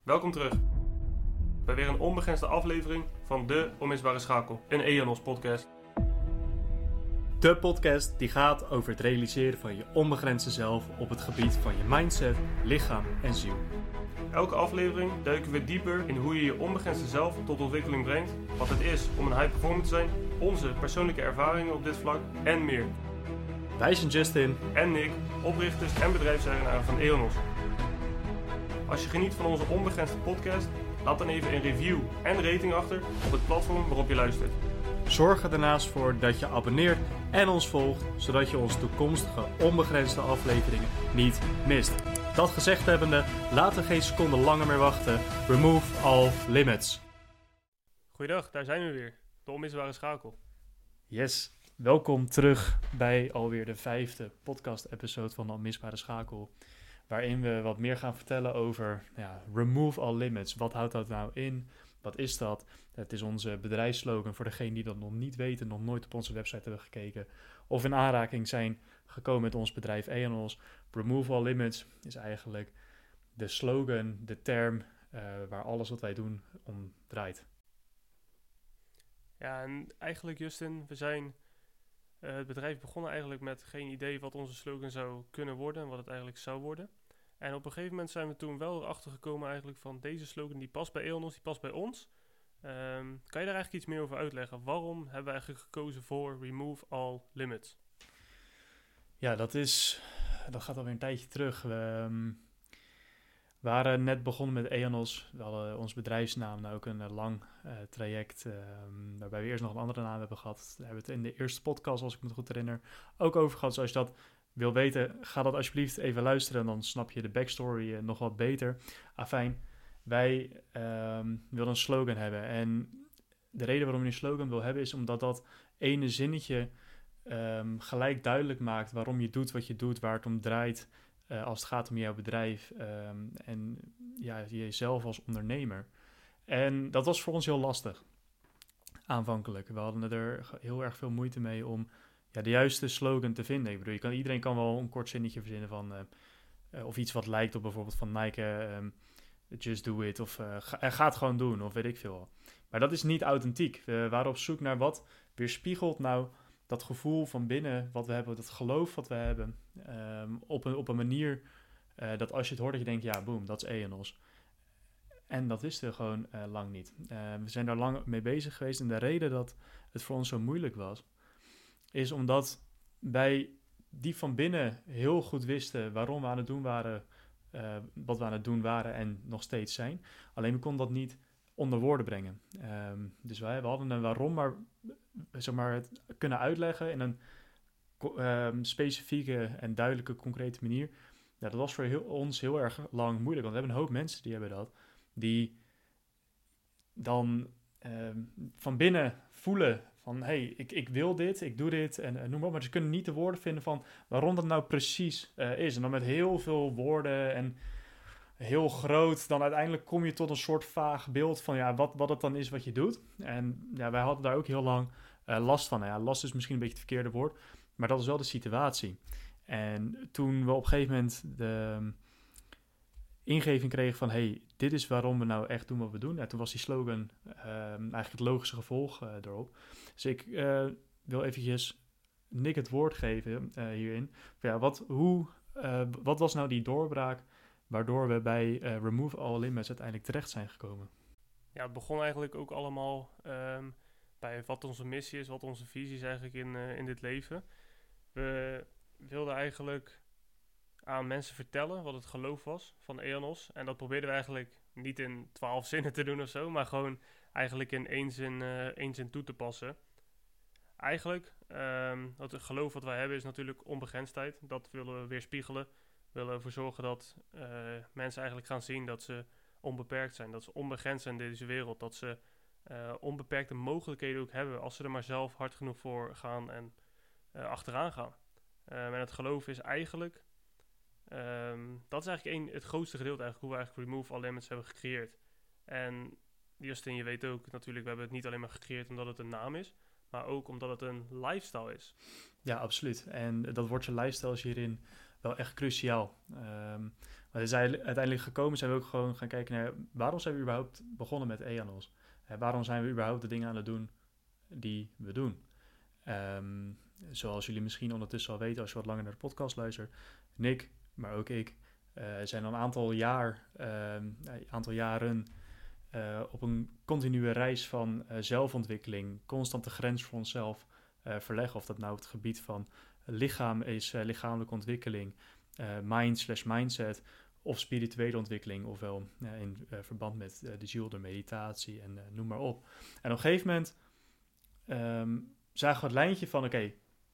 Welkom terug bij weer een onbegrensde aflevering van de Onmisbare Schakel, een EONOS podcast. De podcast die gaat over het realiseren van je onbegrensde zelf op het gebied van je mindset, lichaam en ziel. Elke aflevering duiken we dieper in hoe je je onbegrensde zelf tot ontwikkeling brengt, wat het is om een high performer te zijn, onze persoonlijke ervaringen op dit vlak en meer. Wij zijn Justin En Nick, oprichters en bedrijfseigenaren van EONOS. Als je geniet van onze onbegrensde podcast, laat dan even een review en rating achter op het platform waarop je luistert. Zorg er daarnaast voor dat je abonneert en ons volgt, zodat je onze toekomstige onbegrensde afleveringen niet mist. Dat gezegd hebbende, laten we geen seconde langer meer wachten. Remove all limits. Goeiedag, daar zijn we weer. De Onmisbare Schakel. Yes, welkom terug bij alweer de 5e podcast-episode van de Onmisbare Schakel. Waarin we wat meer gaan vertellen over remove all limits. Wat houdt dat nou in? Wat is dat? Het is onze bedrijfsslogan voor degenen die dat nog niet weten, nog nooit op onze website hebben gekeken of in aanraking zijn gekomen met ons bedrijf EONOS. Remove all limits is eigenlijk de slogan, de term waar alles wat wij doen om draait. Ja, en eigenlijk Justin, we zijn het bedrijf begonnen eigenlijk met geen idee wat onze slogan zou kunnen worden en wat het eigenlijk zou worden. En op een gegeven moment zijn we toen wel erachter gekomen eigenlijk van deze slogan die past bij EONOS, die past bij ons. Kan je daar eigenlijk iets meer over uitleggen? Waarom hebben we eigenlijk gekozen voor Remove All Limits? Ja, dat gaat alweer een tijdje terug. We waren net begonnen met EONOS. We hadden ons bedrijfsnaam, nou ook een lang traject, waarbij we eerst nog een andere naam hebben gehad. Daar hebben we het in de eerste podcast, als ik me goed herinner, ook over gehad. Dus als je dat wil weten, ga dat alsjeblieft even luisteren. Dan snap je de backstory nog wat beter. Afijn, wij wilden een slogan hebben. En de reden waarom je een slogan wil hebben is omdat dat ene zinnetje gelijk duidelijk maakt waarom je doet wat je doet, waar het om draait als het gaat om jouw bedrijf en jezelf als ondernemer. En dat was voor ons heel lastig, aanvankelijk. We hadden er heel erg veel moeite mee om de juiste slogan te vinden. Ik bedoel, iedereen kan wel een kort zinnetje verzinnen van of iets wat lijkt op bijvoorbeeld van Nike, just do it, of ga het gewoon doen, of weet ik veel. Maar dat is niet authentiek. We waren op zoek naar wat weerspiegelt nou dat gevoel van binnen wat we hebben, dat geloof wat we hebben, op een manier dat als je het hoort dat je denkt, ja, boom, dat is EONOS. En dat is er gewoon lang niet. We zijn daar lang mee bezig geweest en de reden dat het voor ons zo moeilijk was, is omdat wij die van binnen heel goed wisten waarom we aan het doen waren, wat we aan het doen waren en nog steeds zijn. Alleen we konden dat niet onder woorden brengen. Dus we hadden een waarom, maar zeg maar het kunnen uitleggen in een specifieke en duidelijke, concrete manier. Ja, dat was voor ons heel erg lang moeilijk, want we hebben een hoop mensen die hebben dat, die dan van binnen voelen van, hey, ik wil dit, ik doe dit en noem maar ze kunnen niet de woorden vinden van waarom dat nou precies is. En dan met heel veel woorden en heel groot, dan uiteindelijk kom je tot een soort vaag beeld van wat het dan is wat je doet. En wij hadden daar ook heel lang last van. Last is misschien een beetje het verkeerde woord, maar dat is wel de situatie. En toen we op een gegeven moment de ingeving kregen van, hey, dit is waarom we nou echt doen wat we doen. En toen was die slogan eigenlijk het logische gevolg erop. Dus ik wil eventjes Nick het woord geven hierin. Wat was nou die doorbraak waardoor we bij Remove All Limits uiteindelijk terecht zijn gekomen? Ja, het begon eigenlijk ook allemaal bij wat onze missie is, wat onze visie is eigenlijk in dit leven. We wilden eigenlijk aan mensen vertellen wat het geloof was van EONOS. En dat probeerden we eigenlijk niet in 12 zinnen te doen of zo, maar gewoon eigenlijk in één zin toe te passen. Eigenlijk, het geloof wat wij hebben is natuurlijk onbegrensdheid. Dat willen we weerspiegelen. We willen ervoor zorgen dat mensen eigenlijk gaan zien dat ze onbeperkt zijn. Dat ze onbegrensd zijn in deze wereld. Dat ze onbeperkte mogelijkheden ook hebben als ze er maar zelf hard genoeg voor gaan en achteraan gaan. En het geloof is eigenlijk, dat is eigenlijk het grootste gedeelte eigenlijk hoe we eigenlijk Remove All Limits hebben gecreëerd. En Justin, je weet ook natuurlijk, we hebben het niet alleen maar gecreëerd omdat het een naam is, maar ook omdat het een lifestyle is. Ja, absoluut. En dat woordje lifestyle is hierin wel echt cruciaal. Maar uiteindelijk gekomen zijn we ook gewoon gaan kijken naar waarom zijn we überhaupt begonnen met EANOS? Waarom zijn we überhaupt de dingen aan het doen die we doen? Zoals jullie misschien ondertussen al weten als je wat langer naar de podcast luistert. Nick, maar ook ik, zijn al een aantal jaren op een continue reis van zelfontwikkeling, constante grens voor onszelf verleggen. Of dat nou het gebied van lichaam is, lichamelijke ontwikkeling, mind/mindset of spirituele ontwikkeling, ofwel in verband met de ziel, de meditatie en noem maar op. En op een gegeven moment zagen we het lijntje van, oké,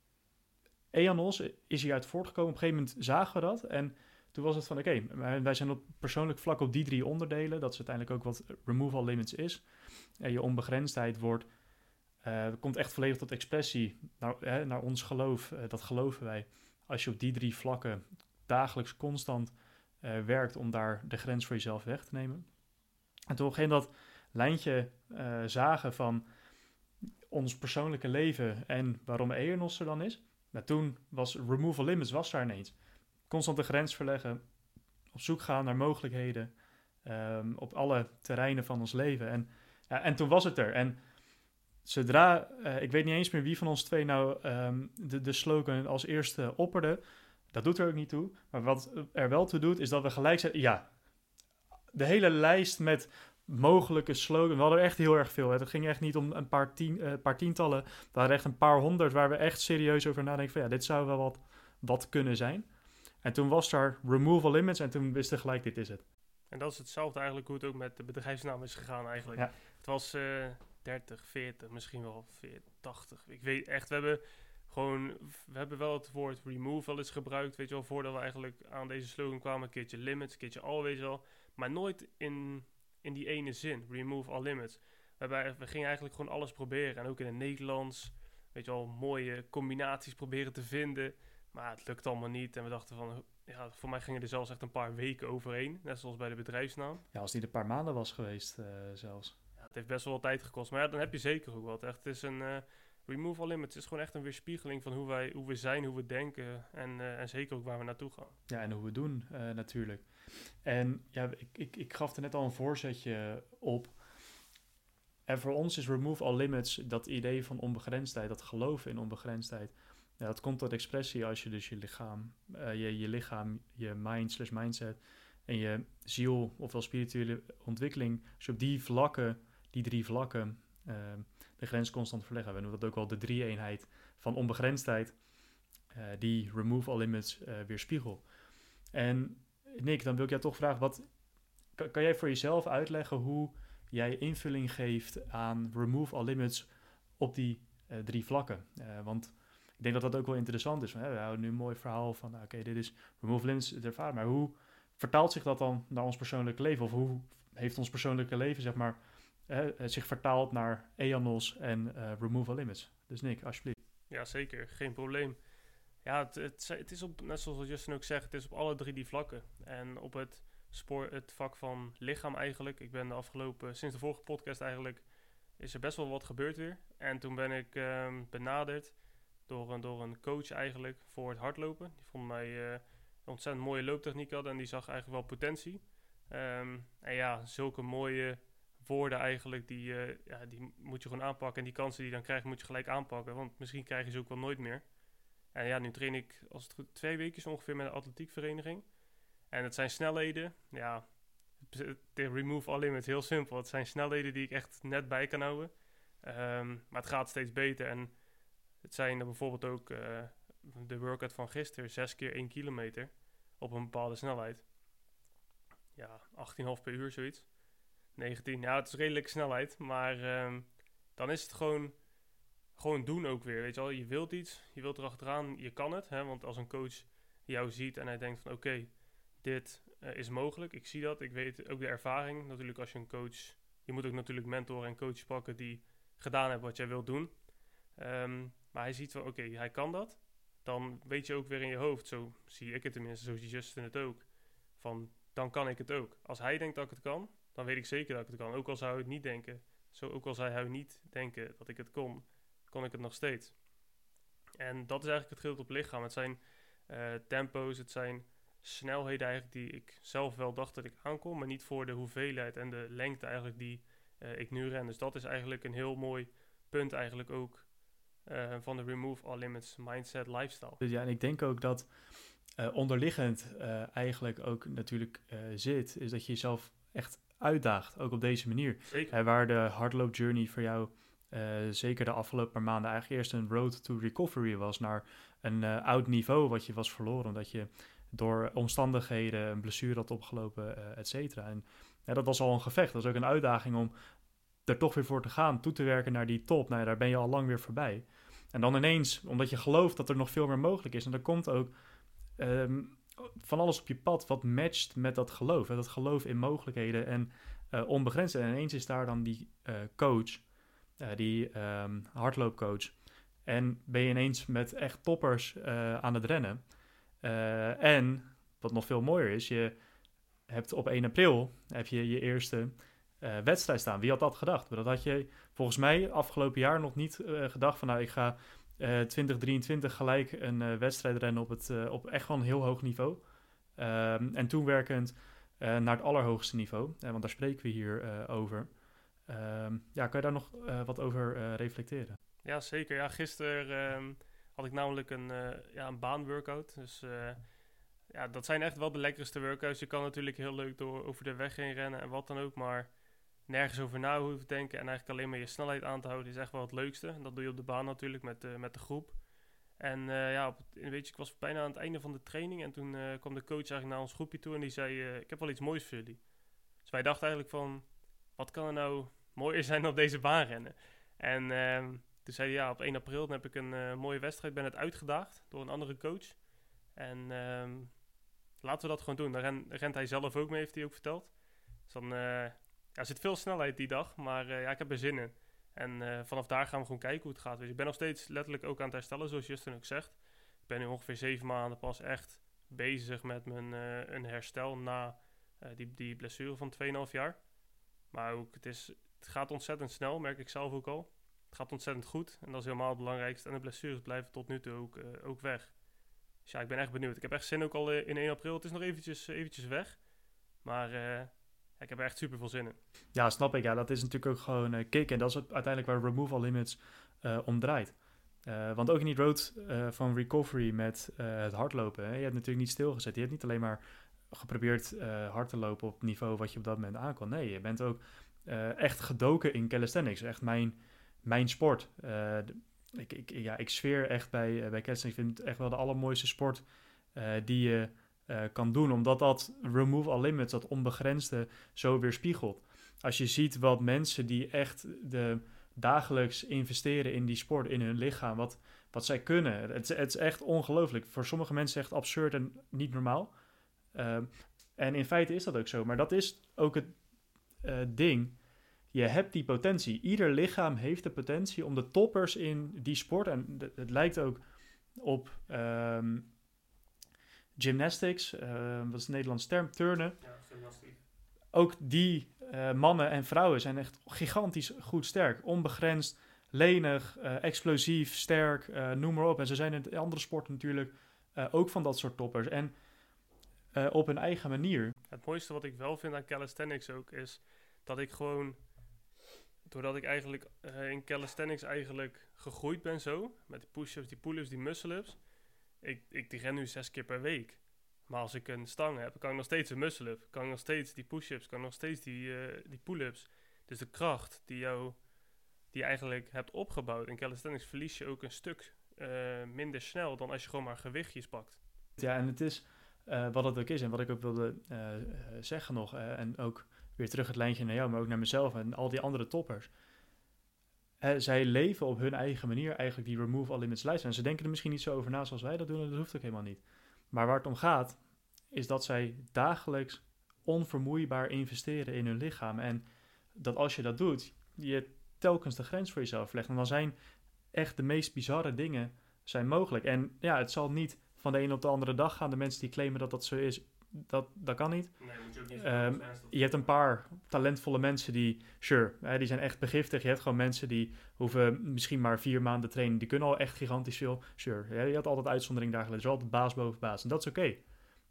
EANOS is hieruit voortgekomen. Op een gegeven moment zagen we dat en toen was het van, oké, wij zijn op persoonlijk vlak op die 3 onderdelen. Dat is uiteindelijk ook wat Remove All Limits is. Je onbegrensdheid komt echt volledig tot expressie naar ons geloof. Dat geloven wij. Als je op die 3 vlakken dagelijks constant werkt om daar de grens voor jezelf weg te nemen. En toen we op een gegeven moment dat lijntje zagen van ons persoonlijke leven en waarom EANOS er dan is. Nou, toen was Remove All Limits was daar ineens. Constant de grens verleggen, op zoek gaan naar mogelijkheden op alle terreinen van ons leven. En toen was het er. En zodra, ik weet niet eens meer wie van ons twee nou de slogan als eerste opperde. Dat doet er ook niet toe. Maar wat er wel toe doet, is dat we gelijk zetten, ja, de hele lijst met mogelijke slogans, we hadden er echt heel erg veel. Het ging echt niet om een paar tientallen, het waren echt een paar honderd waar we echt serieus over nadenken van ja, dit zou wel wat kunnen zijn. En toen was daar Remove All Limits en toen wisten we gelijk, dit is het. En dat is hetzelfde eigenlijk hoe het ook met de bedrijfsnaam is gegaan eigenlijk. Ja. Het was 30, 40, misschien wel 40, 80. Ik weet echt, we hebben wel het woord remove wel eens gebruikt, weet je wel, voordat we eigenlijk aan deze slogan kwamen. Een keertje limits, een keertje all, weet je wel. Maar nooit in die ene zin, remove all limits. We gingen eigenlijk gewoon alles proberen. En ook in het Nederlands, weet je wel, mooie combinaties proberen te vinden. Maar het lukt allemaal niet. En we dachten van, ja, voor mij gingen er zelfs echt een paar weken overheen. Net zoals bij de bedrijfsnaam. Ja, als die een paar maanden was geweest zelfs. Ja, het heeft best wel wat tijd gekost. Maar ja, dan heb je zeker ook wat. Echt, het is een remove all limits. Het is gewoon echt een weerspiegeling van hoe we zijn, hoe we denken. En zeker ook waar we naartoe gaan. Ja, en hoe we doen natuurlijk. En ja, ik gaf er net al een voorzetje op. En voor ons is Remove All Limits dat idee van onbegrensdheid, dat geloven in onbegrensdheid. Ja, dat komt tot expressie als je dus je lichaam, je mind/mindset en je ziel, ofwel spirituele ontwikkeling, als je op die 3 vlakken, de grens constant verleggen. We noemen dat ook wel de 3-eenheid van onbegrensdheid, die Remove All Limits weerspiegelt. En Nick, dan wil ik jou toch vragen, kan jij voor jezelf uitleggen hoe jij invulling geeft aan Remove All Limits op die 3 vlakken? Want ik denk dat dat ook wel interessant is. We houden nu een mooi verhaal van, oké, dit is Remove Limits, het ervaren. Maar hoe vertaalt zich dat dan naar ons persoonlijke leven? Of hoe heeft ons persoonlijke leven, zeg maar, zich vertaald naar EANOS en Remove All Limits? Dus Nick, alsjeblieft. Ja, zeker. Geen probleem. Ja, het is op, net zoals Justin ook zegt, het is op alle 3 die vlakken. En op het vak van lichaam eigenlijk. Ik ben sinds de vorige podcast eigenlijk, is er best wel wat gebeurd weer. En toen ben ik benaderd door een coach eigenlijk voor het hardlopen. Die vond mij een ontzettend mooie looptechniek hadden en die zag eigenlijk wel potentie. En ja, zulke mooie woorden eigenlijk, die moet je gewoon aanpakken. En die kansen die je dan krijgt, moet je gelijk aanpakken. Want misschien krijg je ze ook wel nooit meer. En ja, nu train ik, als het goed 2 weken ongeveer met een atletiekvereniging. En het zijn snelheden, ja, de Remove All Limits, heel simpel. Het zijn snelheden die ik echt net bij kan houden. Maar het gaat steeds beter. En het zijn bijvoorbeeld ook de workout van gisteren, 6 keer 1 kilometer op een bepaalde snelheid. Ja, 18,5 per uur, zoiets. 19, ja, het is redelijke snelheid. Maar dan is het gewoon doen ook weer, weet je wel. Je wilt iets, je wilt erachteraan, je kan het. Hè? Want als een coach jou ziet en hij denkt van oké, dit is mogelijk. Ik zie dat, ik weet ook de ervaring. Natuurlijk als je een coach, je moet ook natuurlijk mentoren en coaches pakken die gedaan hebben wat jij wilt doen. Maar hij ziet van oké, hij kan dat. Dan weet je ook weer in je hoofd, zo zie ik het tenminste, zo ziet Justin het ook. Van, dan kan ik het ook. Als hij denkt dat ik het kan, dan weet ik zeker dat ik het kan. Ook al zou hij het niet denken. Ook al zou hij niet denken dat ik het kon ik het nog steeds. En dat is eigenlijk het gedeelte op lichaam. Het zijn tempo's, het zijn snelheden eigenlijk die ik zelf wel dacht dat ik aankom, maar niet voor de hoeveelheid en de lengte eigenlijk die ik nu ren. Dus dat is eigenlijk een heel mooi punt eigenlijk ook van de Remove All Limits mindset lifestyle. Dus ja, en ik denk ook dat onderliggend eigenlijk ook natuurlijk zit, is dat je jezelf echt uitdaagt, ook op deze manier. Zeker. Waar de hardloopjourney voor jou zeker de afgelopen paar maanden eigenlijk eerst een road to recovery was naar een oud niveau wat je was verloren, omdat je door omstandigheden een blessure had opgelopen, et cetera. En dat was al een gevecht, dat was ook een uitdaging om er toch weer voor te gaan, toe te werken naar die top. Nou ja, daar ben je al lang weer voorbij. En dan ineens, omdat je gelooft dat er nog veel meer mogelijk is, en er komt ook van alles op je pad wat matcht met dat geloof. Hè? Dat geloof in mogelijkheden en onbegrensd. En ineens is daar dan die coach, die hardloopcoach. En ben je ineens met echt toppers aan het rennen. En, wat nog veel mooier is, je hebt op 1 april heb je je eerste wedstrijd staan. Wie had dat gedacht? Maar dat had je volgens mij afgelopen jaar nog niet gedacht van nou, ik ga 2023 gelijk een wedstrijd rennen op echt wel een heel hoog niveau. En toen werkend naar het allerhoogste niveau, want daar spreken we hier over. Kan je daar nog wat over reflecteren? Ja, zeker. Ja, gisteren had ik namelijk een baanworkout. Dus dat zijn echt wel de lekkerste workouts. Je kan natuurlijk heel leuk over de weg heen rennen en wat dan ook, maar nergens over na hoeven denken en eigenlijk alleen maar je snelheid aan te houden is echt wel het leukste. En dat doe je op de baan natuurlijk met de groep. En ik was bijna aan het einde van de training en toen kwam de coach eigenlijk naar ons groepje toe en die zei, ik heb wel iets moois voor jullie. Dus wij dachten eigenlijk van, wat kan er nou mooier zijn dan deze baan rennen? En toen zei hij, op 1 april dan heb ik een mooie wedstrijd, ben het uitgedaagd door een andere coach. En laten we dat gewoon doen. Daar rent hij zelf ook mee, heeft hij ook verteld. Dus dan er zit veel snelheid die dag, maar ik heb er zin in. En vanaf daar gaan we gewoon kijken hoe het gaat. Dus ik ben nog steeds letterlijk ook aan het herstellen, zoals Justin ook zegt. Ik ben nu ongeveer 7 maanden pas echt bezig met mijn een herstel na die blessure van 2,5 jaar. Maar ook, het gaat ontzettend snel, merk ik zelf ook al. Het gaat ontzettend goed en dat is helemaal het belangrijkste. En de blessures blijven tot nu toe ook weg. Dus ja, ik ben echt benieuwd. Ik heb echt zin ook al in 1 april. Het is nog eventjes weg. Maar ik heb er echt super veel zin in. Ja, snap ik. Ja, dat is natuurlijk ook gewoon kick. En dat is uiteindelijk waar Remove All Limits om draait. Want ook in die road van recovery met het hardlopen. Hè, je hebt natuurlijk niet stilgezet. Je hebt niet alleen maar geprobeerd hard te lopen op het niveau wat je op dat moment aan kon. Nee, je bent ook echt gedoken in calisthenics. Echt mijn sport. Ik sfeer echt bij calisthenics. Ik vind het echt wel de allermooiste sport die je kan doen. Omdat dat Remove All Limits, dat onbegrensde, zo weerspiegelt. Als je ziet wat mensen die echt dagelijks investeren in die sport, in hun lichaam, wat zij kunnen. Het is echt ongelooflijk. Voor sommige mensen echt absurd en niet normaal. En in feite is dat ook zo. Maar dat is ook het ding. Je hebt die potentie. Ieder lichaam heeft de potentie om de toppers in die sport. En het lijkt ook op gymnastics. Wat is de Nederlandse term? Turnen. Ja, gymnastiek. Ook die mannen en vrouwen zijn echt gigantisch goed sterk. Onbegrensd, lenig, explosief, sterk, noem maar op. En ze zijn in andere sporten natuurlijk ook van dat soort toppers. En op hun eigen manier. Het mooiste wat ik wel vind aan calisthenics ook is dat ik gewoon, doordat ik eigenlijk in calisthenics eigenlijk gegroeid ben zo, met die push-ups, die pull-ups, die muscle-ups, die ren nu 6 keer per week. Maar als ik een stang heb, kan ik nog steeds een muscle-up, kan ik nog steeds die push-ups, kan ik nog steeds die pull-ups. Dus de kracht die je eigenlijk hebt opgebouwd in calisthenics verlies je ook een stuk minder snel dan als je gewoon maar gewichtjes pakt. Ja, en het is wat het ook is en wat ik ook wilde zeggen nog, en ook weer terug het lijntje naar jou, maar ook naar mezelf en al die andere toppers. Zij leven op hun eigen manier eigenlijk die Remove All Limits lijst. En ze denken er misschien niet zo over na zoals wij dat doen en dat hoeft ook helemaal niet. Maar waar het om gaat, is dat zij dagelijks onvermoeibaar investeren in hun lichaam. En dat als je dat doet, je telkens de grens voor jezelf legt. En dan zijn echt de meest bizarre dingen zijn mogelijk. En ja, het zal niet van de ene op de andere dag gaan. De mensen die claimen dat dat zo is, dat kan niet. Nee, moet je ook niet je hebt een paar talentvolle mensen die, die zijn echt begiftig. Je hebt gewoon mensen die hoeven misschien maar 4 maanden te trainen. Die kunnen al echt gigantisch veel. Je had altijd uitzondering daar gelezen. Er is altijd baas boven baas. En dat is oké.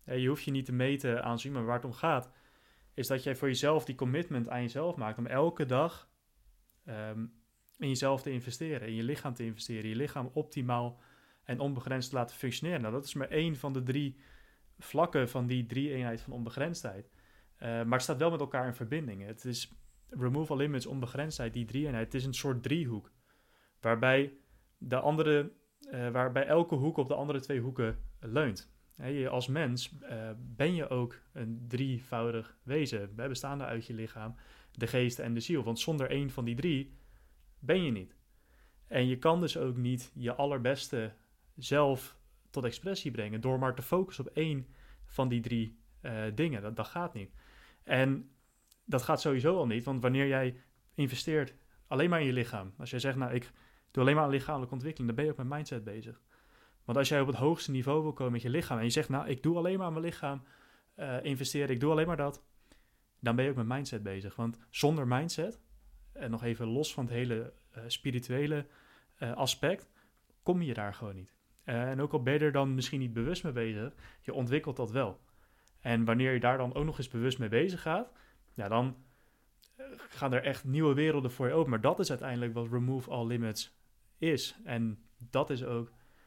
Je hoeft je niet te meten aan zien, maar waar het om gaat, is dat jij voor jezelf die commitment aan jezelf maakt om elke dag in jezelf te investeren, in je lichaam te investeren, je lichaam optimaal en onbegrensd te laten functioneren. Nou, dat is maar één van de 3 vlakken van die 3-eenheid van onbegrensdheid. Maar het staat wel met elkaar in verbinding. Het is remove all limits, onbegrensdheid, die 3-eenheid. Het is een soort driehoek, waarbij waarbij elke hoek op de andere 2 hoeken leunt. Je als mens ben je ook een drievoudig wezen, bestaande uit je lichaam, de geest en de ziel. Want zonder één van die 3 ben je niet. En je kan dus ook niet je allerbeste zelf tot expressie brengen door maar te focussen op één van die 3 dingen. Dat gaat niet. En dat gaat sowieso al niet, want wanneer jij investeert alleen maar in je lichaam, als jij zegt, nou, ik doe alleen maar aan lichamelijke ontwikkeling, dan ben je ook met mindset bezig. Want als jij op het hoogste niveau wil komen met je lichaam en je zegt, nou, ik doe alleen maar aan mijn lichaam investeren, ik doe alleen maar dat, dan ben je ook met mindset bezig. Want zonder mindset, en nog even los van het hele spirituele aspect, kom je daar gewoon niet. En ook al ben je er dan misschien niet bewust mee bezig, je ontwikkelt dat wel. En wanneer je daar dan ook nog eens bewust mee bezig gaat, ja, dan gaan er echt nieuwe werelden voor je open. Maar dat is uiteindelijk wat Remove All Limits is. En dat is ook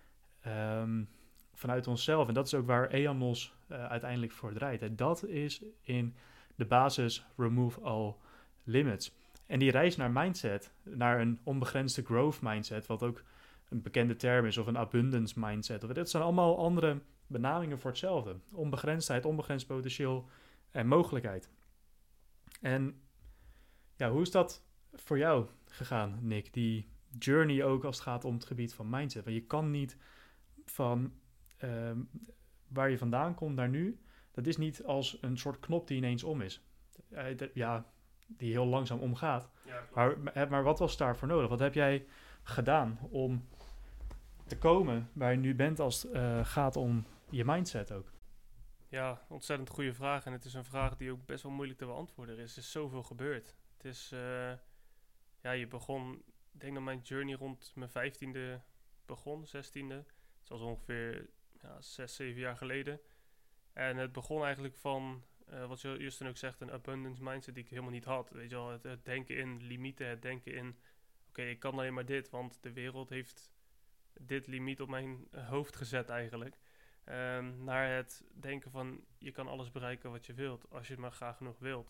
vanuit onszelf. En dat is ook waar EANOS uiteindelijk voor draait. En dat is in de basis Remove All Limits. En die reis naar mindset, naar een onbegrensde growth mindset, wat ook een bekende term is, of een abundance mindset. Dat zijn allemaal andere benamingen voor hetzelfde. Onbegrensdheid, onbegrensd potentieel en mogelijkheid. En ja, hoe is dat voor jou gegaan, Nick? Die journey ook als het gaat om het gebied van mindset. Want je kan niet van waar je vandaan komt naar nu, dat is niet als een soort knop die ineens om is. Die heel langzaam omgaat. Ja, maar wat was daarvoor nodig? Wat heb jij gedaan om te komen waar je nu bent als het gaat om je mindset ook? Ja, ontzettend goede vraag. En het is een vraag die ook best wel moeilijk te beantwoorden is. Er is zoveel gebeurd. Het is, je begon, ik denk dat mijn journey rond mijn 15e begon, 16e. Het was ongeveer 6, 7 jaar geleden. En het begon eigenlijk van, wat Justin ook zegt, een abundance mindset die ik helemaal niet had. Weet je wel, het denken in limieten, het denken in, oké, ik kan alleen maar dit, want de wereld heeft dit limiet op mijn hoofd gezet eigenlijk. Naar het denken van, je kan alles bereiken wat je wilt, als je het maar graag genoeg wilt.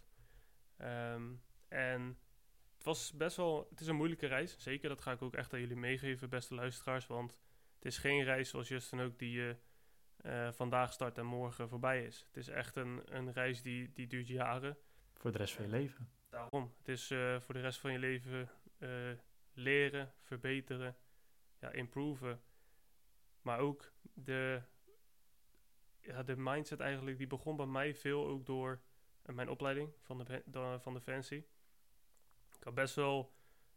En het is een moeilijke reis, zeker, dat ga ik ook echt aan jullie meegeven, beste luisteraars, want het is geen reis zoals Justin ook die je vandaag start en morgen voorbij is. Het is echt een reis die duurt jaren. Voor de rest van je leven. Daarom. Het is voor de rest van je leven leren, verbeteren, improven. Maar ook de mindset eigenlijk, die begon bij mij veel ook door mijn opleiding van Defensie. Ik had best wel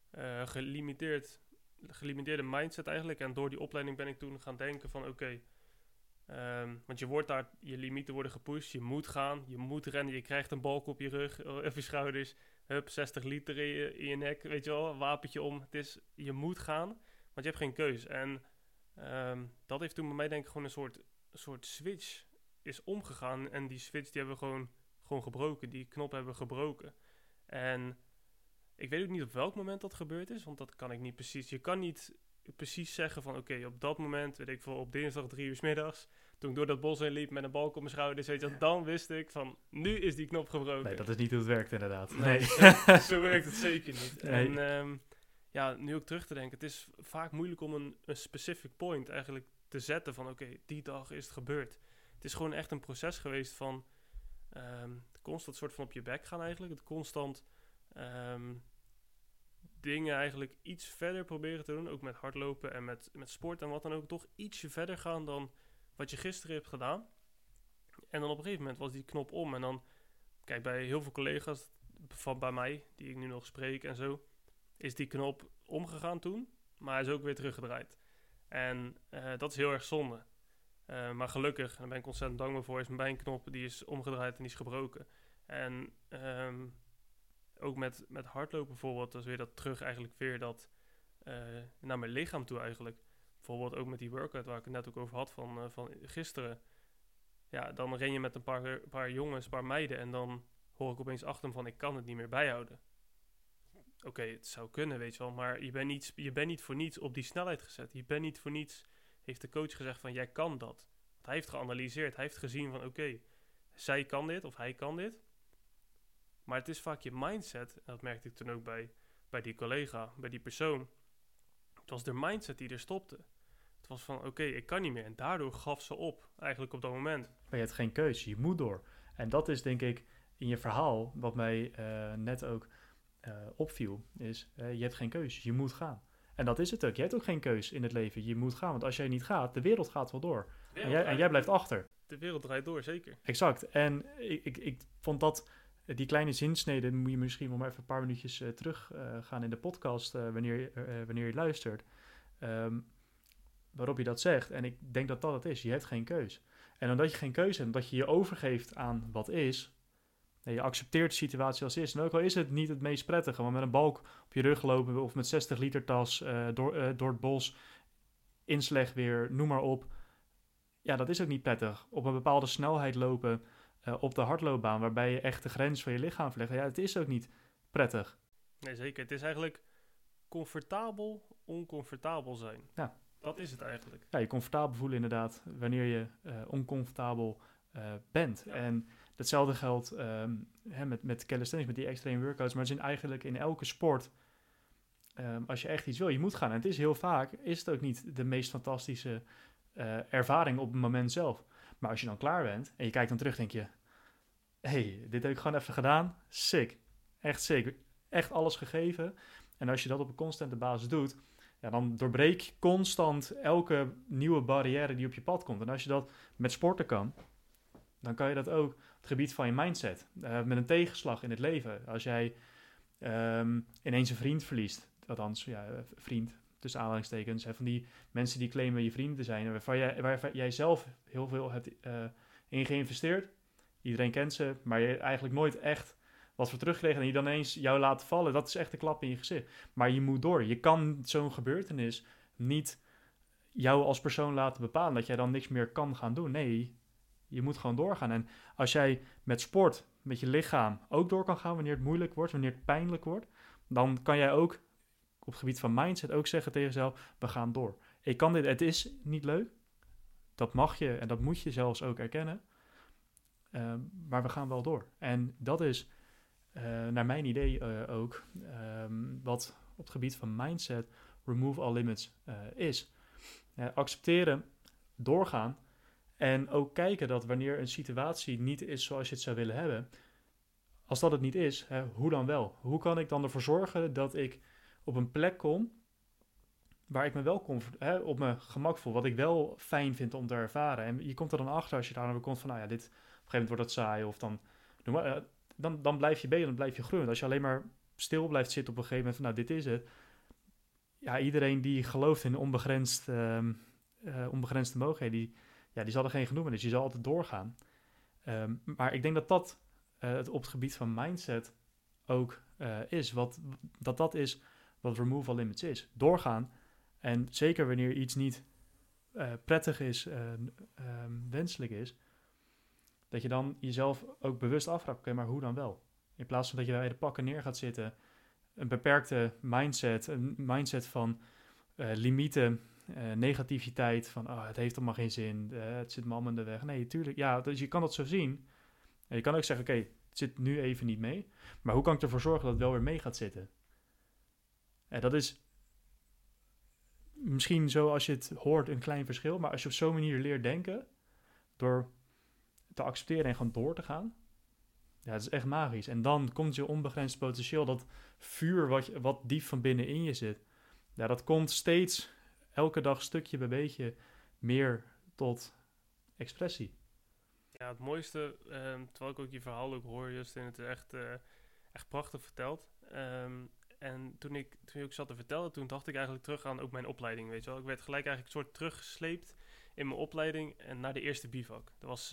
gelimiteerde mindset eigenlijk. En door die opleiding ben ik toen gaan denken van oké, want je limieten worden gepusht, je moet gaan, je moet rennen, je krijgt een balk op je rug, op je schouders, 60 liter in je nek, weet je wel, wapentje om. Je moet gaan, want je hebt geen keus. En dat heeft toen bij mij denk ik gewoon een soort switch is omgegaan. En die switch die hebben we gewoon gebroken, die knop hebben we gebroken. En ik weet ook niet op welk moment dat gebeurd is, want dat kan ik niet precies. Je kan niet precies zeggen van oké, op dat moment, weet ik veel, op dinsdag 3 uur 's middags, toen ik door dat bos heen liep met een balk op mijn schouders, weet je, dan wist ik van, nu is die knop gebroken. Nee, dat is niet hoe het werkt inderdaad. Nee. Zo werkt het zeker niet. Nee. En nu ook terug te denken, het is vaak moeilijk om een specific point eigenlijk te zetten van oké, die dag is het gebeurd. Het is gewoon echt een proces geweest van constant soort van op je bek gaan eigenlijk. Het constant dingen eigenlijk iets verder proberen te doen. Ook met hardlopen en met sport en wat dan ook. Toch ietsje verder gaan dan wat je gisteren hebt gedaan. En dan op een gegeven moment was die knop om. En dan, kijk, bij heel veel collega's van bij mij, die ik nu nog spreek en zo, is die knop omgegaan toen. Maar hij is ook weer teruggedraaid. En dat is heel erg zonde. Maar gelukkig, en daar ben ik ontzettend dankbaar voor, is mijn knop die is omgedraaid en die is gebroken. En ook met hardlopen bijvoorbeeld, dan is weer dat terug eigenlijk weer dat naar mijn lichaam toe eigenlijk. Bijvoorbeeld ook met die workout waar ik het net ook over had van gisteren. Ja, dan ren je met een paar jongens, een paar meiden en dan hoor ik opeens achter hem van ik kan het niet meer bijhouden. Oké, het zou kunnen, weet je wel, maar je bent niet voor niets op die snelheid gezet. Je bent niet voor niets, heeft de coach gezegd van jij kan dat. Want hij heeft geanalyseerd, hij heeft gezien van oké, zij kan dit of hij kan dit. Maar het is vaak je mindset, en dat merkte ik toen ook bij die collega, bij die persoon. Het was de mindset die er stopte. Het was van oké, ik kan niet meer. En daardoor gaf ze op, eigenlijk op dat moment. Maar je hebt geen keuze, je moet door. En dat is denk ik in je verhaal, wat mij net ook opviel, is je hebt geen keuze, je moet gaan. En dat is het ook, je hebt ook geen keus in het leven, je moet gaan. Want als jij niet gaat, de wereld gaat wel door. En jij blijft achter. De wereld draait door, zeker. Exact. En ik vond dat, die kleine zinsneden, moet je misschien wel maar even een paar minuutjes terug gaan in de podcast, wanneer je luistert. Waarop je dat zegt. En ik denk dat dat het is. Je hebt geen keus. En omdat je geen keuze hebt, omdat je je overgeeft aan wat is, en je accepteert de situatie als is. En ook al is het niet het meest prettige, want met een balk op je rug lopen of met 60 liter tas door het bos, in slecht weer, noem maar op. Ja, dat is ook niet prettig. Op een bepaalde snelheid lopen op de hardloopbaan, waarbij je echt de grens van je lichaam verlegt. Ja, het is ook niet prettig. Nee, zeker. Het is eigenlijk comfortabel, oncomfortabel zijn. Ja. Dat is het eigenlijk. Ja, je comfortabel voelen inderdaad wanneer je oncomfortabel bent. Ja. En hetzelfde geldt met calisthenics, met die extreme workouts. Maar het is eigenlijk in elke sport, als je echt iets wil, je moet gaan. En het is heel vaak, is het ook niet de meest fantastische ervaring op het moment zelf. Maar als je dan klaar bent en je kijkt dan terug, denk je, hey, dit heb ik gewoon even gedaan. Sick. Echt sick. Echt alles gegeven. En als je dat op een constante basis doet, ja, dan doorbreek je constant elke nieuwe barrière die op je pad komt. En als je dat met sporten kan, dan kan je dat ook op het gebied van je mindset. Met een tegenslag in het leven. Als jij ineens een vriend verliest, althans, ja, vriend, tussen aanhalingstekens, van die mensen die claimen je vrienden te zijn, waar jij zelf heel veel hebt in geïnvesteerd. Iedereen kent ze, maar je eigenlijk nooit echt wat voor teruggekregen en die dan eens jou laten vallen, dat is echt een klap in je gezicht. Maar je moet door. Je kan zo'n gebeurtenis niet jou als persoon laten bepalen dat jij dan niks meer kan gaan doen. Nee, je moet gewoon doorgaan. En als jij met sport, met je lichaam ook door kan gaan wanneer het moeilijk wordt, wanneer het pijnlijk wordt, dan kan jij ook op het gebied van mindset ook zeggen tegen jezelf, we gaan door. Ik kan dit, het is niet leuk. Dat mag je en dat moet je zelfs ook erkennen. Maar we gaan wel door. En dat is naar mijn idee ook, wat op het gebied van mindset remove all limits is. Accepteren, doorgaan en ook kijken dat wanneer een situatie niet is zoals je het zou willen hebben, als dat het niet is, hoe dan wel? Hoe kan ik dan ervoor zorgen dat ik op een plek kom waar ik me wel op mijn gemak voel, wat ik wel fijn vind om te ervaren. En je komt er dan achter als je daar naar komt van, nou ja, dit, op een gegeven moment wordt dat saai of dan blijf je bezig, dan blijf je groeien. Als je alleen maar stil blijft zitten op een gegeven moment van, nou, dit is het. Ja, iedereen die gelooft in onbegrensde mogelijkheden, die zal er geen genoeg mee. Dus je zal altijd doorgaan. Maar ik denk dat het op het gebied van mindset ook is. Dat is wat remove all limits is. Doorgaan. En zeker wanneer iets niet prettig is, wenselijk is, dat je dan jezelf ook bewust afvraagt, oké, maar hoe dan wel? In plaats van dat je bij de pakken neer gaat zitten, een beperkte mindset, een mindset van limieten, negativiteit, van het heeft allemaal geen zin, het zit me allemaal in de weg. Nee, tuurlijk, ja, dus je kan dat zo zien. En je kan ook zeggen, oké, het zit nu even niet mee, maar hoe kan ik ervoor zorgen dat het wel weer mee gaat zitten? En dat is misschien zo als je het hoort een klein verschil, maar als je op zo'n manier leert denken, door te accepteren en gewoon door te gaan, ja, dat is echt magisch. En dan komt je onbegrensd potentieel, dat vuur wat diep van binnen in je zit, ja, dat komt steeds, elke dag stukje bij beetje meer tot expressie. Ja, het mooiste, terwijl ik ook je verhaal ook hoor, Justin, het is echt prachtig verteld. En toen je ook zat te vertellen, toen dacht ik eigenlijk terug aan ook mijn opleiding, weet je wel. Ik werd gelijk eigenlijk een soort teruggesleept in mijn opleiding en naar de eerste bivak. Dat was,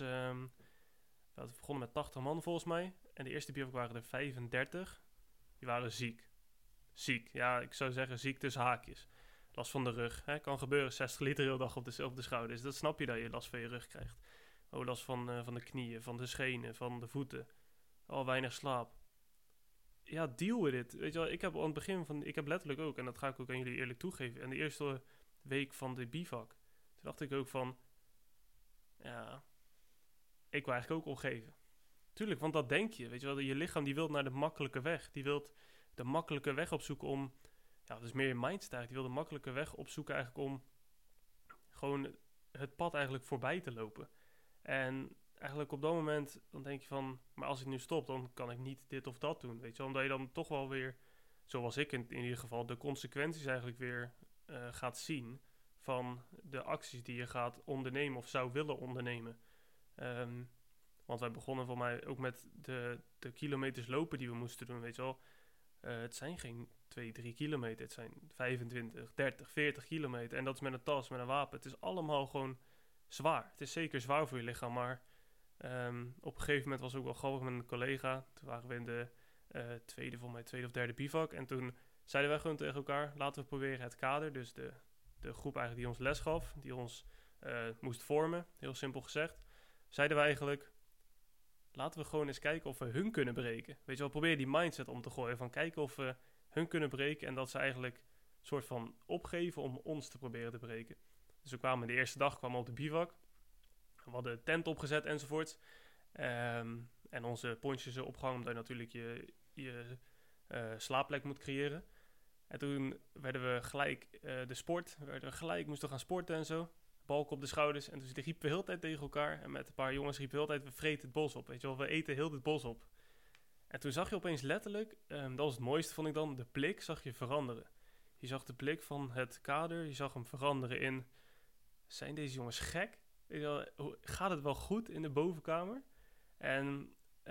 we begonnen met 80 man volgens mij. En de eerste bivak waren er 35. Die waren ziek. Ziek, ja, ik zou zeggen ziek tussen haakjes. Last van de rug, kan gebeuren, 60 liter heel dag op de schouders. Dat snap je dat je last van je rug krijgt. Oh, last van de knieën, van de schenen, van de voeten. Oh, weinig slaap. Ja, deal with it. Weet je wel, ik heb aan het begin ik heb letterlijk ook, en dat ga ik ook aan jullie eerlijk toegeven, en de eerste week van de bivak, toen dacht ik ook van, ja, ik wil eigenlijk ook opgeven. Tuurlijk, want dat denk je, weet je wel, je lichaam die wil naar de makkelijke weg. Die wil de makkelijke weg opzoeken om, ja, dat is meer je mindset eigenlijk, die wil de makkelijke weg opzoeken eigenlijk om gewoon het pad eigenlijk voorbij te lopen. En eigenlijk op dat moment, dan denk je van, maar als ik nu stop, dan kan ik niet dit of dat doen, weet je wel. Omdat je dan toch wel weer, zoals ik in ieder geval, de consequenties eigenlijk weer gaat zien van de acties die je gaat ondernemen of zou willen ondernemen. Want wij begonnen voor mij ook met de kilometers lopen die we moesten doen, weet je wel. Het zijn geen 2, 3 kilometer, het zijn 25, 30, 40 kilometer. En dat is met een tas, met een wapen. Het is allemaal gewoon zwaar. Het is zeker zwaar voor je lichaam, maar op een gegeven moment was het ook wel grappig met een collega. Toen waren we in de tweede of derde bivak. En toen zeiden wij gewoon tegen elkaar, laten we proberen het kader, dus de groep eigenlijk die ons les gaf, die ons moest vormen, heel simpel gezegd, zeiden we eigenlijk, laten we gewoon eens kijken of we hun kunnen breken. Weet je wel, probeer die mindset om te gooien. Van kijken of we hun kunnen breken. En dat ze eigenlijk een soort van opgeven om ons te proberen te breken. Dus we kwamen de eerste dag op de bivak. We hadden een tent opgezet enzovoorts. En onze pontjes opgehangen omdat je natuurlijk je slaapplek moet creëren. En toen werden we gelijk moesten gaan sporten en zo. Balk op de schouders. En dus riepen we heel de tijd tegen elkaar. En met een paar jongens riepen we heel de tijd, we vreten het bos op. Weet je wel, we eten heel het bos op. En toen zag je opeens letterlijk, dat was het mooiste vond ik dan, de blik zag je veranderen. Je zag de blik van het kader, je zag hem veranderen in, zijn deze jongens gek? Weet je wel, gaat het wel goed in de bovenkamer? En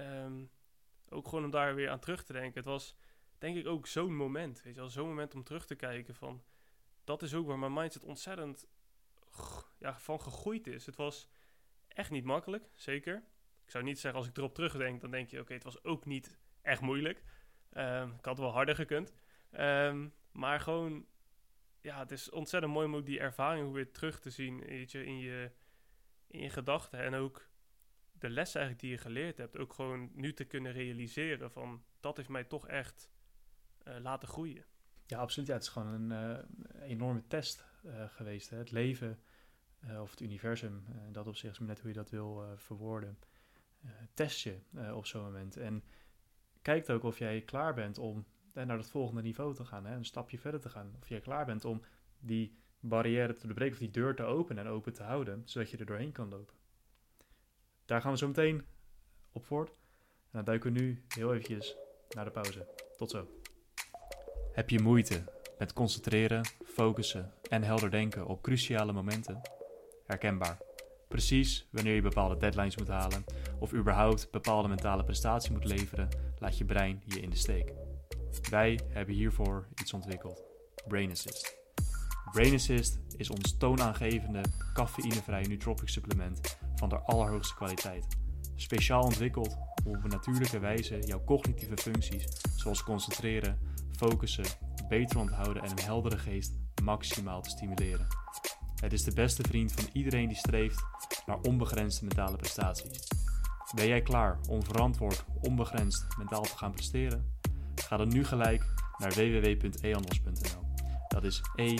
ook gewoon om daar weer aan terug te denken. Het was denk ik ook zo'n moment, weet je wel, zo'n moment om terug te kijken van, dat is ook waar mijn mindset ontzettend van gegroeid is. Het was echt niet makkelijk, zeker. Ik zou niet zeggen, als ik erop terugdenk, dan denk je, oké, het was ook niet echt moeilijk. Ik had wel harder gekund. Maar gewoon, ja, het is ontzettend mooi om ook die ervaring weer terug te zien, weet je, in je gedachten. En ook de lessen eigenlijk die je geleerd hebt, ook gewoon nu te kunnen realiseren van, dat heeft mij toch echt laten groeien. Ja, absoluut. Ja, het is gewoon een enorme test geweest. Hè? Het leven of het universum, in dat opzicht is maar net hoe je dat wil verwoorden. Test je op zo'n moment. En kijk ook of jij klaar bent om naar het volgende niveau te gaan. Hè? Een stapje verder te gaan. Of jij klaar bent om die barrière te doorbreken of die deur te openen en open te houden. Zodat je er doorheen kan lopen. Daar gaan we zo meteen op voort. En dan duiken we nu heel eventjes naar de pauze. Tot zo. Heb je moeite met concentreren, focussen en helder denken op cruciale momenten? Herkenbaar. Precies wanneer je bepaalde deadlines moet halen of überhaupt bepaalde mentale prestatie moet leveren, laat je brein je in de steek. Wij hebben hiervoor iets ontwikkeld. Brain Assist. Brain Assist is ons toonaangevende, cafeïnevrije nootropic supplement van de allerhoogste kwaliteit. Speciaal ontwikkeld om op een natuurlijke wijze jouw cognitieve functies, zoals concentreren, focussen, beter onthouden en een heldere geest maximaal te stimuleren. Het is de beste vriend van iedereen die streeft naar onbegrensde mentale prestaties. Ben jij klaar om verantwoord, onbegrensd mentaal te gaan presteren? Ga dan nu gelijk naar www.eanos.nl. Dat is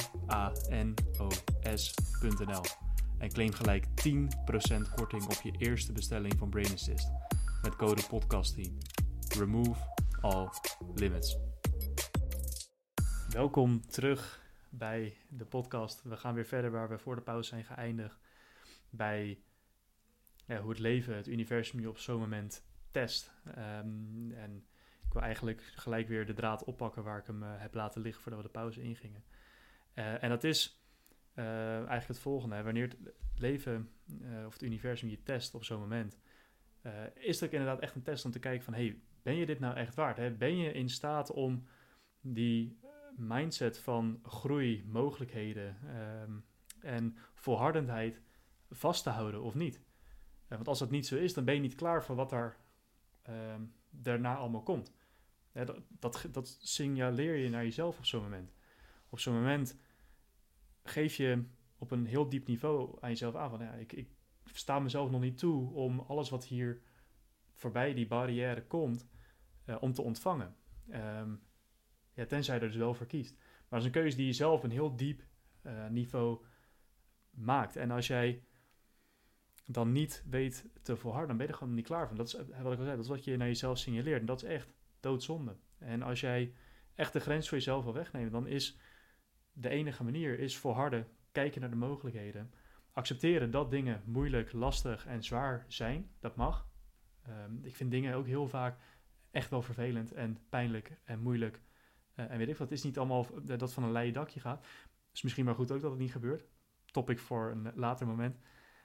eanos.nl. En claim gelijk 10% korting op je eerste bestelling van Brain Assist met code PODCAST10. Remove all limits. Welkom terug bij de podcast. We gaan weer verder waar we voor de pauze zijn geëindigd. Bij hoe het leven, het universum je op zo'n moment test. En ik wil eigenlijk gelijk weer de draad oppakken waar ik hem heb laten liggen voordat we de pauze ingingen. En dat is eigenlijk het volgende. Wanneer het leven of het universum je test op zo'n moment, is het ook inderdaad echt een test om te kijken van, hey, ben je dit nou echt waard? Hè? Ben je in staat om die mindset van groei, mogelijkheden en volhardendheid vast te houden of niet? Want als dat niet zo is, dan ben je niet klaar voor wat er daarna allemaal komt. Dat signaleer je naar jezelf op zo'n moment. Op zo'n moment geef je op een heel diep niveau aan jezelf aan van, ja, ik sta mezelf nog niet toe om alles wat hier voorbij die barrière komt, om te ontvangen. Tenzij je er dus wel voor kiest. Maar dat is een keuze die je zelf op een heel diep niveau maakt. En als jij dan niet weet te volharden, dan ben je er gewoon niet klaar van. Dat is wat ik al zei, dat is wat je naar jezelf signaleert. En dat is echt doodzonde. En als jij echt de grens voor jezelf wil wegnemen, dan is de enige manier is volharden, kijken naar de mogelijkheden. Accepteren dat dingen moeilijk, lastig en zwaar zijn. Dat mag. Ik vind dingen ook heel vaak echt wel vervelend en pijnlijk en moeilijk. En weet ik wat, het is niet allemaal dat van een leien dakje gaat. Dus misschien maar goed ook dat het niet gebeurt. Topic voor een later moment.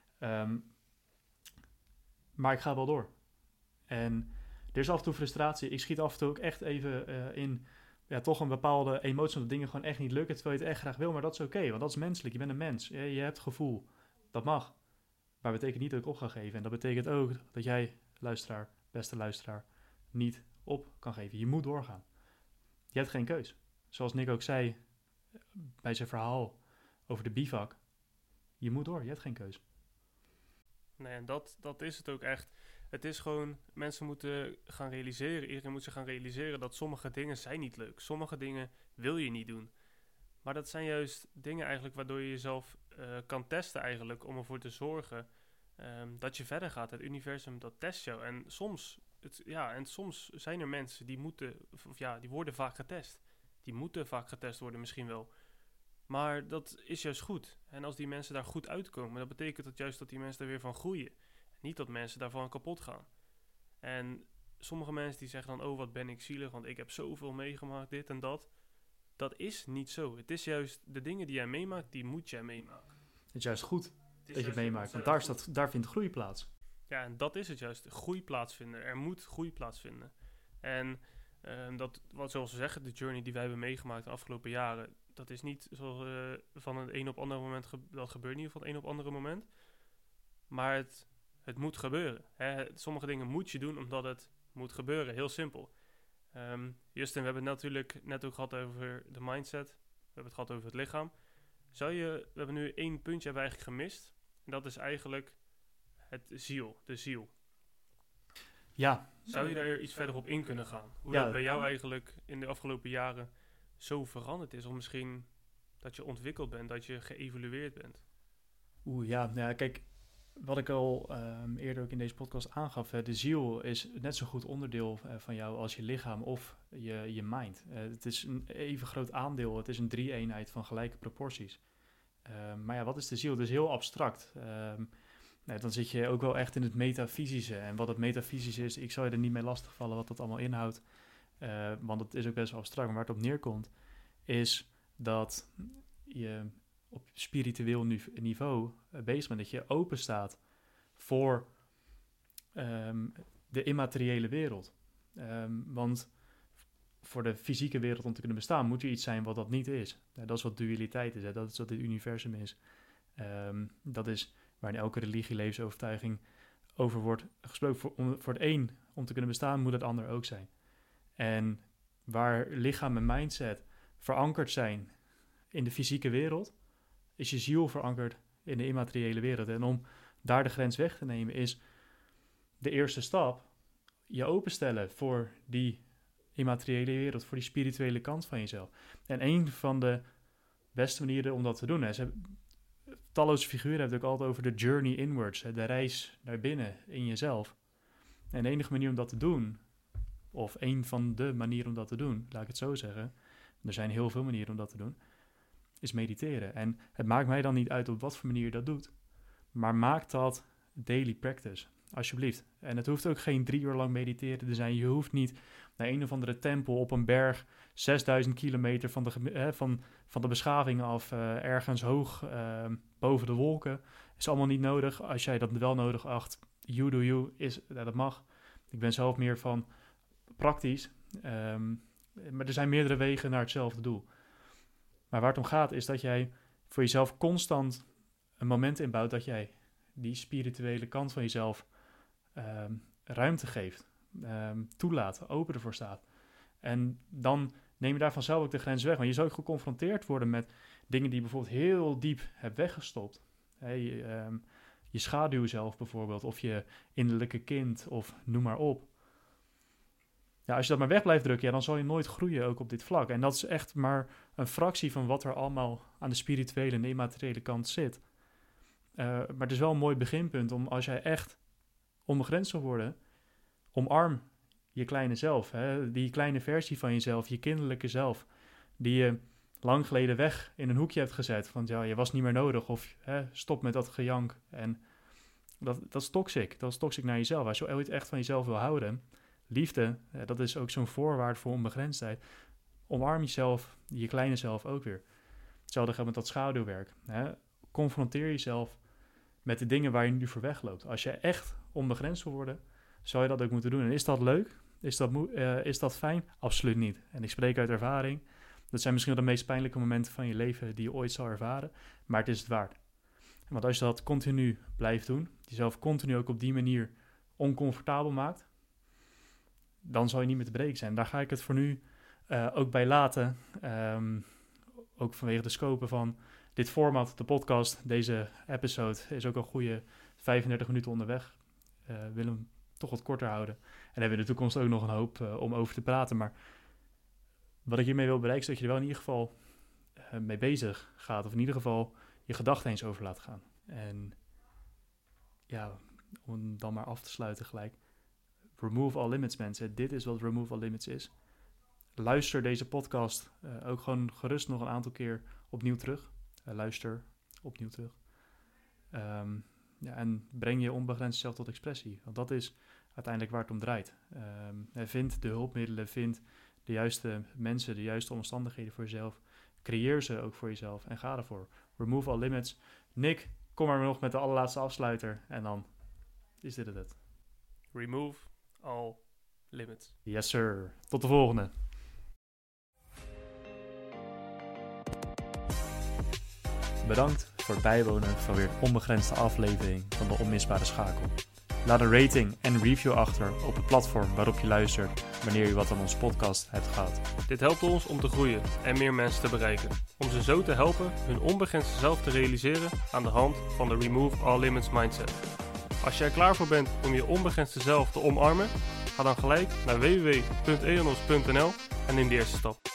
Maar ik ga wel door. En er is af en toe frustratie. Ik schiet af en toe ook echt even in toch een bepaalde emotie dat dingen gewoon echt niet lukken, terwijl je het echt graag wil. Maar dat is oké, want dat is menselijk. Je bent een mens. Je hebt gevoel. Dat mag. Maar dat betekent niet dat ik op ga geven. En dat betekent ook dat jij, luisteraar, beste luisteraar, niet op kan geven. Je moet doorgaan. Je hebt geen keus. Zoals Nick ook zei bij zijn verhaal over de bivak. Je moet door. Je hebt geen keus. Nee, en dat is het ook echt. Het is gewoon, mensen moeten gaan realiseren, iedereen moet zich gaan realiseren dat sommige dingen zijn niet leuk. Sommige dingen wil je niet doen. Maar dat zijn juist dingen eigenlijk waardoor je jezelf kan testen eigenlijk, om ervoor te zorgen dat je verder gaat. Het universum, dat test jou. En soms zijn er mensen die die worden vaak getest. Die moeten vaak getest worden misschien wel. Maar dat is juist goed. En als die mensen daar goed uitkomen, dan betekent dat juist dat die mensen er weer van groeien. Niet dat mensen daarvan kapot gaan. En sommige mensen die zeggen dan, oh wat ben ik zielig, want ik heb zoveel meegemaakt, dit en dat. Dat is niet zo. Het is juist de dingen die jij meemaakt, die moet jij meemaken. Het is juist goed dat je het meemaakt, want daar vindt groei plaats. Ja, en dat is het juist. Groei plaatsvinden. Er moet groei plaatsvinden. En zoals we zeggen, de journey die wij hebben meegemaakt de afgelopen jaren, dat is niet zoals van het een op andere moment, dat gebeurt niet van het een op andere moment. Maar het moet gebeuren. Hè? Sommige dingen moet je doen omdat het moet gebeuren. Heel simpel. Justin, we hebben het natuurlijk net ook gehad over de mindset. We hebben het gehad over het lichaam. We hebben nu 1 puntje hebben we eigenlijk gemist. En dat is eigenlijk de ziel. Ja. Zou je daar iets verder op in kunnen gaan? Hoe dat bij jou eigenlijk in de afgelopen jaren zo veranderd is? Of misschien dat je ontwikkeld bent, dat je geëvolueerd bent? Kijk, wat ik al eerder ook in deze podcast aangaf, de ziel is net zo goed onderdeel van jou als je lichaam of je mind. Het is een even groot aandeel, het is een 3-eenheid van gelijke proporties. Maar wat is de ziel? Het is heel abstract. Dan zit je ook wel echt in het metafysische. En wat het metafysische is, ik zal je er niet mee lastigvallen wat dat allemaal inhoudt. Want het is ook best wel abstract. Maar waar het op neerkomt, is dat je op spiritueel niveau bezig bent. Dat je open staat voor de immateriële wereld. Want voor de fysieke wereld om te kunnen bestaan, moet er iets zijn wat dat niet is. Dat is wat dualiteit is. Dat is wat het universum is. Dat is waar in elke religie, levensovertuiging over wordt gesproken. Voor het een om te kunnen bestaan, moet het ander ook zijn. En waar lichaam en mindset verankerd zijn in de fysieke wereld, is je ziel verankerd in de immateriële wereld. En om daar de grens weg te nemen is de eerste stap je openstellen voor die immateriële wereld, voor die spirituele kant van jezelf. En een van de beste manieren om dat te doen, talloze figuren hebben het ook altijd over de journey inwards, de reis naar binnen in jezelf. En de enige manier om dat te doen, of een van de manieren om dat te doen, laat ik het zo zeggen, er zijn heel veel manieren om dat te doen, is mediteren. En het maakt mij dan niet uit op wat voor manier je dat doet, maar maak dat daily practice, alsjeblieft. En het hoeft ook geen 3 uur lang mediteren te zijn. Je hoeft niet naar een of andere tempel op een berg 6000 kilometer van de beschaving af, ergens hoog boven de wolken. Is allemaal niet nodig. Als jij dat wel nodig acht, you do you, dat mag. Ik ben zelf meer van praktisch. Maar er zijn meerdere wegen naar hetzelfde doel. Maar waar het om gaat is dat jij voor jezelf constant een moment inbouwt dat jij die spirituele kant van jezelf ruimte geeft, toelaat, open ervoor staat. En dan neem je daar vanzelf ook de grens weg. Want je zou ook geconfronteerd worden met dingen die je bijvoorbeeld heel diep hebt weggestopt. Je je schaduw zelf bijvoorbeeld, of je innerlijke kind, of noem maar op. Ja, als je dat maar weg blijft drukken, dan zal je nooit groeien ook op dit vlak. En dat is echt maar een fractie van wat er allemaal aan de spirituele en de immateriële kant zit. Maar het is wel een mooi beginpunt om, als jij echt onbegrensd wil worden, omarm je kleine zelf. Hè? Die kleine versie van jezelf, je kinderlijke zelf, die je lang geleden weg in een hoekje hebt gezet. Want ja, je was niet meer nodig, of stop met dat gejank. En dat is toxic. Dat is toxic naar jezelf. Als je ooit echt van jezelf wil houden, liefde, dat is ook zo'n voorwaarde voor onbegrensdheid. Omarm jezelf, je kleine zelf ook weer. Hetzelfde geldt met dat schaduwwerk. Hè? Confronteer jezelf met de dingen waar je nu voor wegloopt. Als je echt onbegrensd wil worden, zou je dat ook moeten doen. En is dat leuk? Is dat fijn? Absoluut niet. En ik spreek uit ervaring. Dat zijn misschien wel de meest pijnlijke momenten van je leven die je ooit zal ervaren. Maar het is het waard. Want als je dat continu blijft doen, jezelf continu ook op die manier oncomfortabel maakt, dan zal je niet meer te breken zijn. Daar ga ik het voor nu ook bij laten. Ook vanwege de scope van dit format, de podcast, deze episode is ook een goede 35 minuten onderweg. We willen hem toch wat korter houden. En hebben we in de toekomst ook nog een hoop om over te praten. Maar wat ik hiermee wil bereiken is dat je er wel in ieder geval mee bezig gaat. Of in ieder geval je gedachten eens over laat gaan. En ja, om dan maar af te sluiten gelijk. Remove all limits, mensen. Dit is wat remove all limits is. Luister deze podcast ook gewoon gerust nog een aantal keer opnieuw terug. Luister opnieuw terug. En breng je onbegrensd zelf tot expressie. Want dat is uiteindelijk waar het om draait. Vind de hulpmiddelen, vind de juiste mensen, de juiste omstandigheden voor jezelf. Creëer ze ook voor jezelf en ga ervoor. Remove all limits. Nick, kom maar nog met de allerlaatste afsluiter. En dan is dit het. Remove all limits. Yes, sir. Tot de volgende. Bedankt voor het bijwonen van weer een onbegrensde aflevering van de Onmisbare Schakel. Laat een rating en review achter op het platform waarop je luistert wanneer je wat aan onze podcast hebt gehad. Dit helpt ons om te groeien en meer mensen te bereiken. Om ze zo te helpen hun onbegrensde zelf te realiseren aan de hand van de Remove All Limits mindset. Als jij er klaar voor bent om je onbegrensde zelf te omarmen, ga dan gelijk naar www.eonos.nl en neem de eerste stap.